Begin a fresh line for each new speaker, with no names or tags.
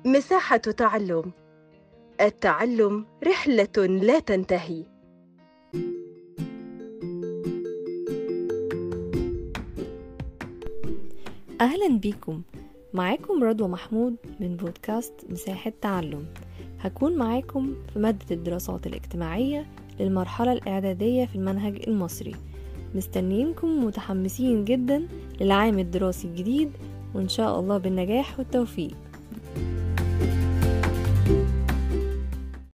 مساحة تعلم. التعلم رحلة لا تنتهي.
أهلا بيكم، معاكم رضوى محمود من بودكاست مساحة تعلم. هكون معاكم في مادة الدراسات الاجتماعية للمرحلة الإعدادية في المنهج المصري. مستنيينكم متحمسين جدا للعام الدراسي الجديد، وإن شاء الله بالنجاح والتوفيق.